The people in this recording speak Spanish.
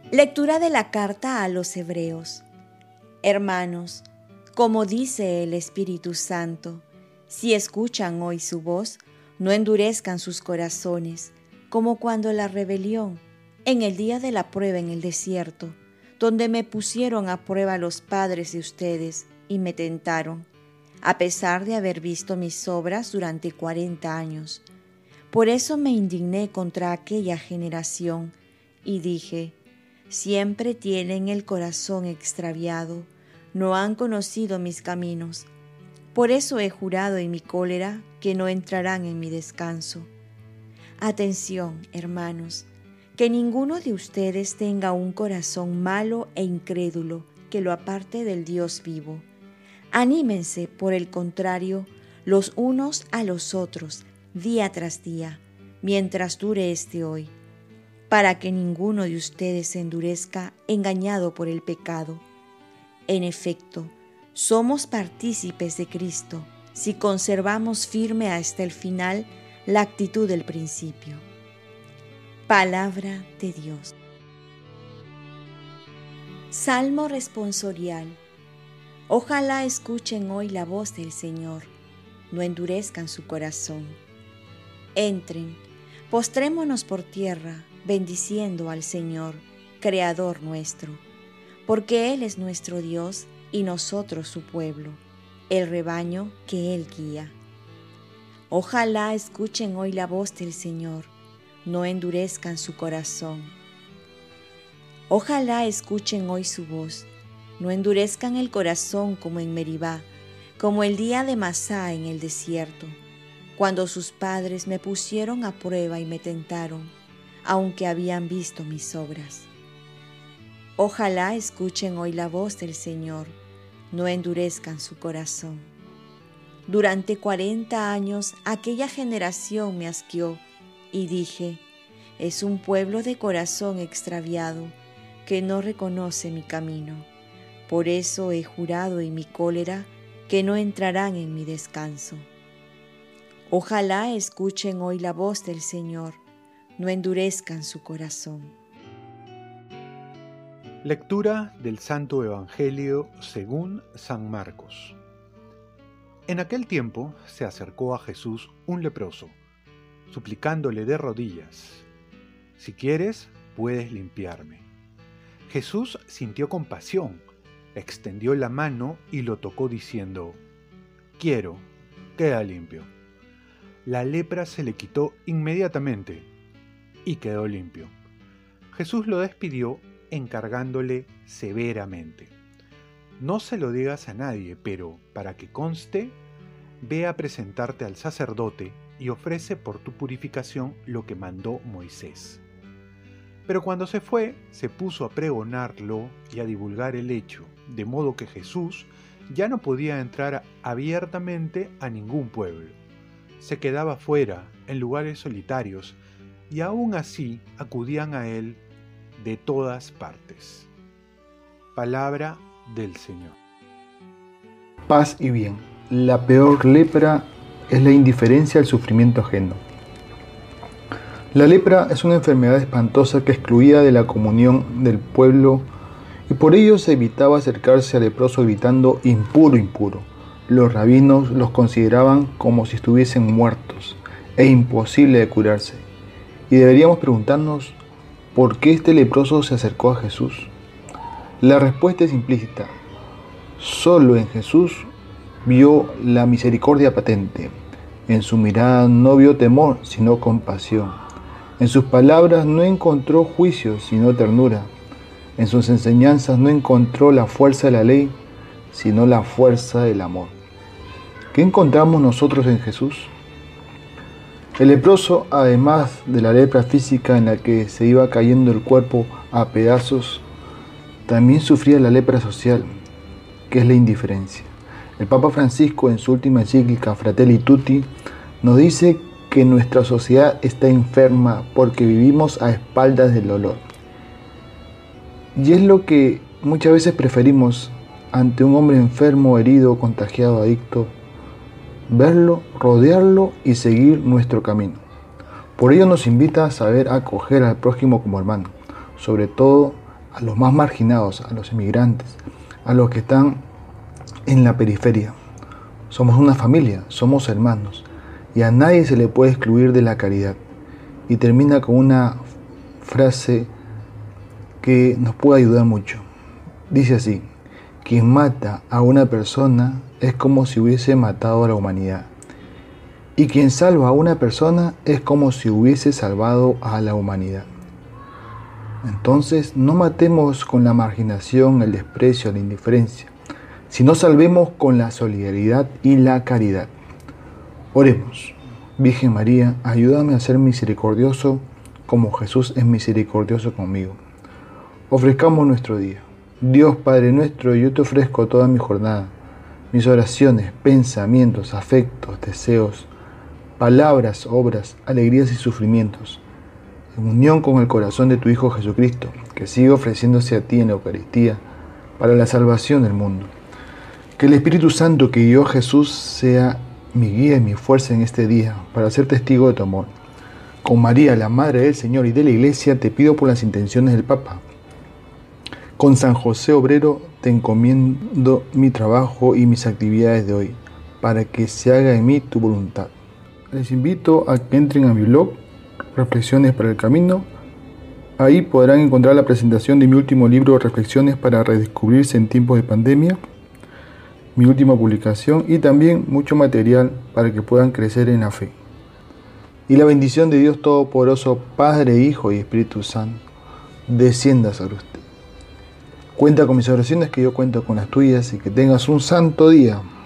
Lectura de la carta a los Hebreos. Hermanos, como dice el Espíritu Santo, si escuchan hoy su voz, no endurezcan sus corazones, como cuando la rebelión, en el día de la prueba en el desierto, donde me pusieron a prueba los padres de ustedes y me tentaron, a pesar de haber visto mis obras durante 40 años. Por eso me indigné contra aquella generación y dije: siempre tienen el corazón extraviado, no han conocido mis caminos. Por eso he jurado en mi cólera que no entrarán en mi descanso. Atención, hermanos, que ninguno de ustedes tenga un corazón malo e incrédulo que lo aparte del Dios vivo. Anímense, por el contrario, los unos a los otros, día tras día, mientras dure este hoy, para que ninguno de ustedes se endurezca engañado por el pecado. En efecto, somos partícipes de Cristo si conservamos firme hasta el final la actitud del principio. Palabra de Dios. Salmo responsorial. Ojalá escuchen hoy la voz del Señor, no endurezcan su corazón. Entren, postrémonos por tierra, bendiciendo al Señor, Creador nuestro, porque Él es nuestro Dios y nosotros su pueblo, el rebaño que Él guía. Ojalá escuchen hoy la voz del Señor, no endurezcan su corazón. Ojalá escuchen hoy su voz, no endurezcan el corazón como en Meribá, como el día de Masá en el desierto, cuando sus padres me pusieron a prueba y me tentaron, aunque habían visto mis obras. Ojalá escuchen hoy la voz del Señor, no endurezcan su corazón. Durante 40 años aquella generación me asqueó y dije: es un pueblo de corazón extraviado que no reconoce mi camino. Por eso he jurado en mi cólera que no entrarán en mi descanso. Ojalá escuchen hoy la voz del Señor, no endurezcan su corazón. Lectura del Santo Evangelio según San Marcos. En aquel tiempo se acercó a Jesús un leproso, suplicándole de rodillas: si quieres, puedes limpiarme. Jesús sintió compasión, extendió la mano y lo tocó diciendo: quiero, queda limpio. La lepra se le quitó inmediatamente y quedó limpio. Jesús lo despidió encargándole severamente: no se lo digas a nadie, pero para que conste, ve a presentarte al sacerdote y ofrece por tu purificación lo que mandó Moisés. Pero cuando se fue, se puso a pregonarlo y a divulgar el hecho, de modo que Jesús ya no podía entrar abiertamente a ningún pueblo. Se quedaba fuera, en lugares solitarios, y aún así acudían a él de todas partes. Palabra del Señor. Paz y bien. La peor lepra es la indiferencia al sufrimiento ajeno. La lepra es una enfermedad espantosa que excluía de la comunión del pueblo y por ello se evitaba acercarse al leproso gritando: impuro, impuro. Los rabinos los consideraban como si estuviesen muertos e imposible de curarse. Y deberíamos preguntarnos: ¿por qué este leproso se acercó a Jesús? La respuesta es implícita. Solo en Jesús vio la misericordia patente. En su mirada no vio temor, sino compasión. En sus palabras no encontró juicio, sino ternura. En sus enseñanzas no encontró la fuerza de la ley, sino la fuerza del amor. ¿Qué encontramos nosotros en Jesús? El leproso, además de la lepra física en la que se iba cayendo el cuerpo a pedazos, también sufría la lepra social, que es la indiferencia. El Papa Francisco, en su última encíclica Fratelli Tutti, nos dice que nuestra sociedad está enferma porque vivimos a espaldas del dolor. Y es lo que muchas veces preferimos ante un hombre enfermo, herido, contagiado, adicto: verlo, rodearlo y seguir nuestro camino. Por ello nos invita a saber acoger al prójimo como hermano, sobre todo a los más marginados, a los inmigrantes, a los que están en la periferia. Somos una familia, somos hermanos, y a nadie se le puede excluir de la caridad. Y termina con una frase que nos puede ayudar mucho. Dice así: quien mata a una persona es como si hubiese matado a la humanidad. Y quien salva a una persona es como si hubiese salvado a la humanidad. Entonces, no matemos con la marginación, el desprecio, la indiferencia, sino salvemos con la solidaridad y la caridad. Oremos. Virgen María, ayúdame a ser misericordioso como Jesús es misericordioso conmigo. Ofrezcamos nuestro día. Dios Padre nuestro, yo te ofrezco toda mi jornada, mis oraciones, pensamientos, afectos, deseos, palabras, obras, alegrías y sufrimientos, en unión con el corazón de tu Hijo Jesucristo, que sigue ofreciéndose a ti en la Eucaristía para la salvación del mundo. Que el Espíritu Santo que guió a Jesús sea mi guía y mi fuerza en este día para ser testigo de tu amor. Con María, la Madre del Señor y de la Iglesia, te pido por las intenciones del Papa. Con San José Obrero te encomiendo mi trabajo y mis actividades de hoy, para que se haga en mí tu voluntad. Les invito a que entren a mi blog, Reflexiones para el Camino. Ahí podrán encontrar la presentación de mi último libro, Reflexiones para redescubrirse en tiempos de pandemia, mi última publicación, y también mucho material para que puedan crecer en la fe. Y la bendición de Dios Todopoderoso, Padre, Hijo y Espíritu Santo, descienda sobre usted. Cuenta con mis oraciones, que yo cuento con las tuyas, y que tengas un santo día.